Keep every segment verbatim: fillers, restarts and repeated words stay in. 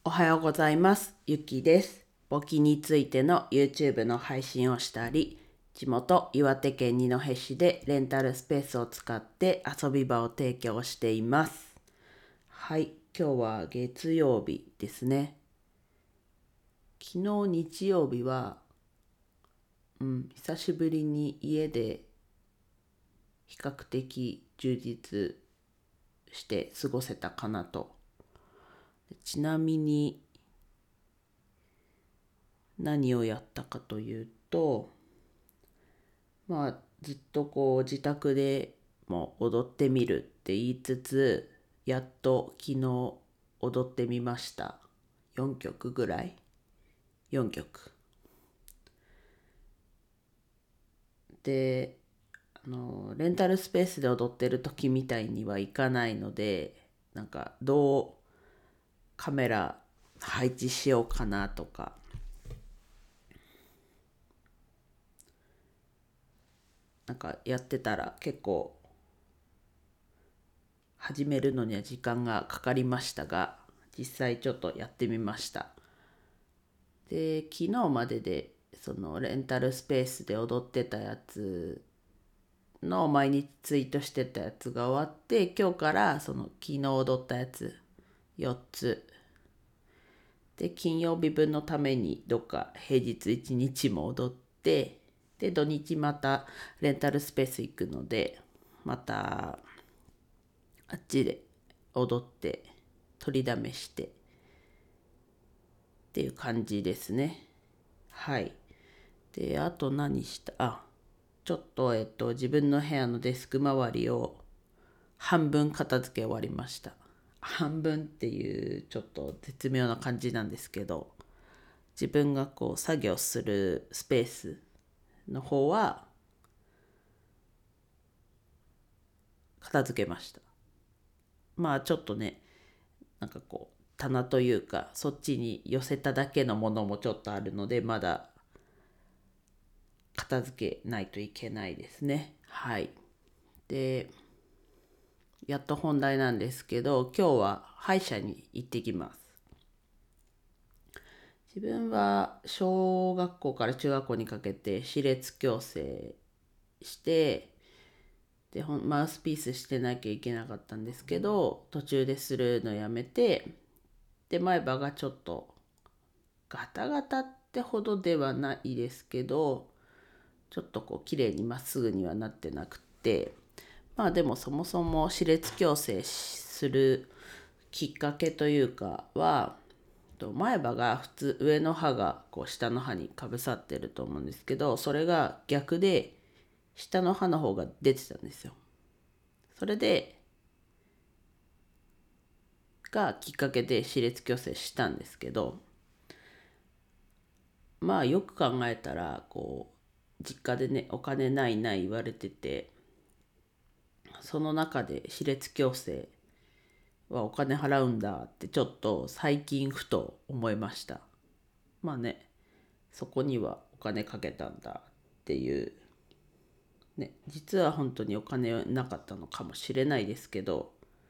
おはようございます。ゆきです。簿記についての YouTube の配信をしたり、地元岩手県二戸市でレンタルスペースを使って遊び場を提供しています。はい、今日は月曜日ですね。昨日日曜日は、うん、久しぶりに家で比較的充実して過ごせたかなと。ちなみに何をやったかというと、まあずっとこう自宅でも踊ってみるって言いつつ、やっと昨日踊ってみました。よんきょくぐらい。よんきょくで、あのレンタルスペースで踊ってる時みたいにはいかないので、なんかどうカメラ配置しようかなとか、なんかやってたら結構始めるのには時間がかかりましたが、実際ちょっとやってみました。で、昨日まででそのレンタルスペースで踊ってたやつの毎日ツイートしてたやつが終わって、今日からその昨日踊ったやつよっつで、金曜日分のためにどっか平日いちにちも踊って、で土日またレンタルスペース行くので、またあっちで踊って取りだめしてっていう感じですね。はい。で、あと何したあ、ちょっと、えっと、自分の部屋のデスク周りを半分片付け終わりました。半分っていうちょっと絶妙な感じなんですけど、自分がこう作業するスペースの方は片付けました。まあちょっとね、なんかこう棚というかそっちに寄せただけのものもちょっとあるので、まだ片付けないといけないですね。はい。で、やっと本題なんですけど、今日は歯医者に行ってきます。自分は小学校から中学校にかけて歯列矯正して、でマウスピースしてなきゃいけなかったんですけど、途中でするのやめて、で前歯がちょっとガタガタってほどではないですけど、ちょっとこう綺麗にまっすぐにはなってなくて、まあでもそもそも歯列矯正するきっかけというかは、前歯が普通上の歯がこう下の歯にかぶさってると思うんですけど、それが逆で下の歯の方が出てたんですよ。それでがきっかけで歯列矯正したんですけど、まあよく考えたらこう実家でねお金ないない言われてて、その中で歯列矯正はお金払うんだってちょっと最近ふと思いました。まあね、そこにはお金かけたんだっていうね、実は本当にお金なかったのかもしれないですけど、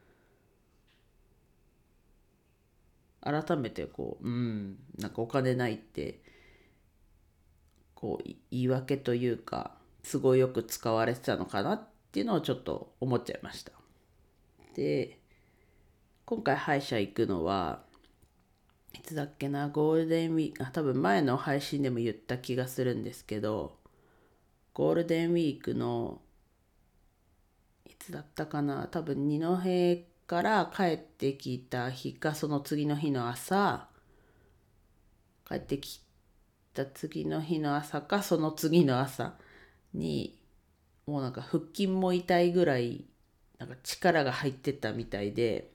改めてこう、うん、なんかお金ないってこう言い訳というか都合よく使われてたのかなっていうのをちょっと思っちゃいました。で、今回歯医者行くのはいつだっけな、ゴールデンウィーク、あ、多分前の配信でも言った気がするんですけど、ゴールデンウィークのいつだったかな、多分二戸から帰ってきた日かその次の日の朝、帰ってきた次の日の朝かその次の朝に、もうなんか腹筋も痛いぐらいなんか力が入ってたみたいで、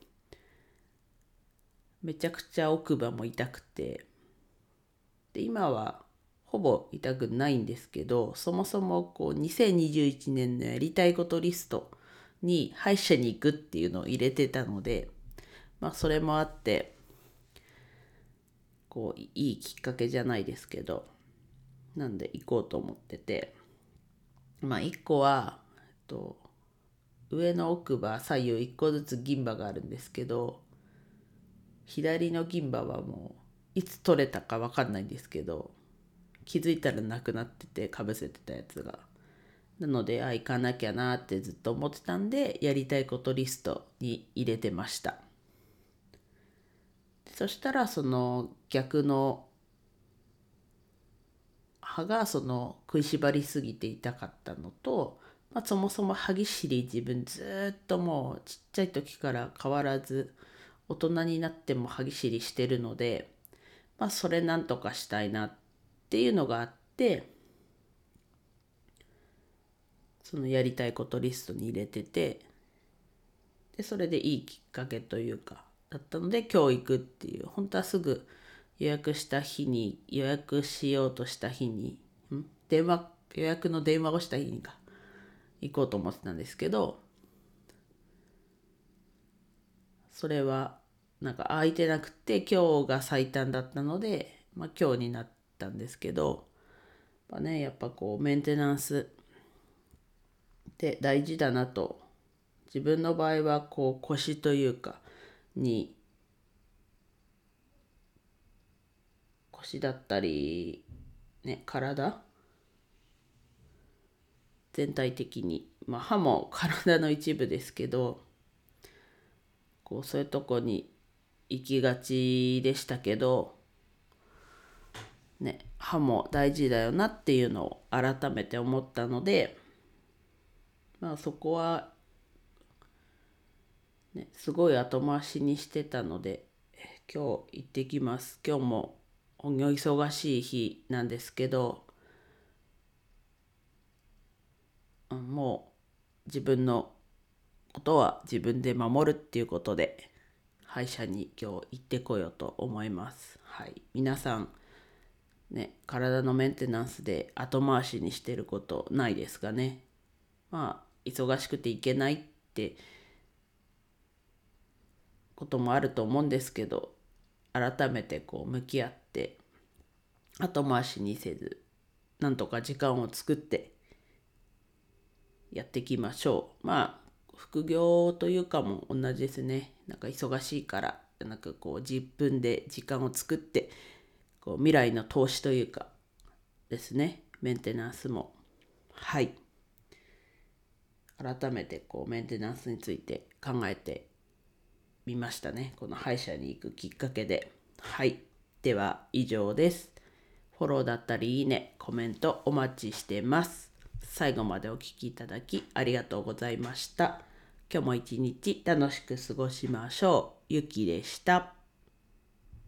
めちゃくちゃ奥歯も痛くて、で今はほぼ痛くないんですけど、そもそもこうにせんにじゅういちねんのやりたいことリストに歯医者に行くっていうのを入れてたので、まあそれもあってこういいきっかけじゃないですけど、なんで行こうと思ってて、まあいっこは、えっと、上の奥歯左右いっこずつ銀歯があるんですけど、 左の銀歯はもういつ取れたか分かんないんですけど、気づいたらなくなってて、かぶせてたやつが。なので、あ、行かなきゃなってずっと思ってたんで、やりたいことリストに入れてました。そしたら、その逆の歯がその食いしばりすぎて痛かったのと、まあ、そもそも歯ぎしり自分ずっともうちっちゃい時から変わらず大人になっても歯ぎしりしてるので、まあ、それなんとかしたいなっていうのがあって、そのやりたいことリストに入れてて、でそれでいいきっかけというかだったので、今日行くっていう、本当はすぐ予約した日に予約しようとした日にん電話予約の電話をした日にか行こうと思ってたんですけど、それはなんか空いてなくて今日が最短だったので、まあ、今日になったんですけど、まあね、やっぱこうメンテナンスって大事だなと。自分の場合はこう腰というかに腰だったりね、体全体的に、まあ歯も体の一部ですけど、こうそういうとこに行きがちでしたけどね、歯も大事だよなっていうのを改めて思ったので、まあそこはね、すごい後回しにしてたので、今日行ってきます。今日もお忙しい日なんですけど、もう自分のことは自分で守るっていうことで、歯医者に今日行ってこようと思います。はい、皆さんね、体のメンテナンスで後回しにしてることないですかね。まあ忙しくて行けないってこともあると思うんですけど、改めてこう向き合って後回しにせず、なんとか時間を作ってやっていきましょう。まあ副業というかも同じですね。なんか忙しいからなんかこう自分で時間を作ってこう未来の投資というかですね、メンテナンスも。はい、改めてこうメンテナンスについて考えてみましたね、この歯医者に行くきっかけで。はい、では以上です。フォローだったりいいね、コメントお待ちしてます。最後までお聞きいただきありがとうございました。今日も一日楽しく過ごしましょう。ゆきでした。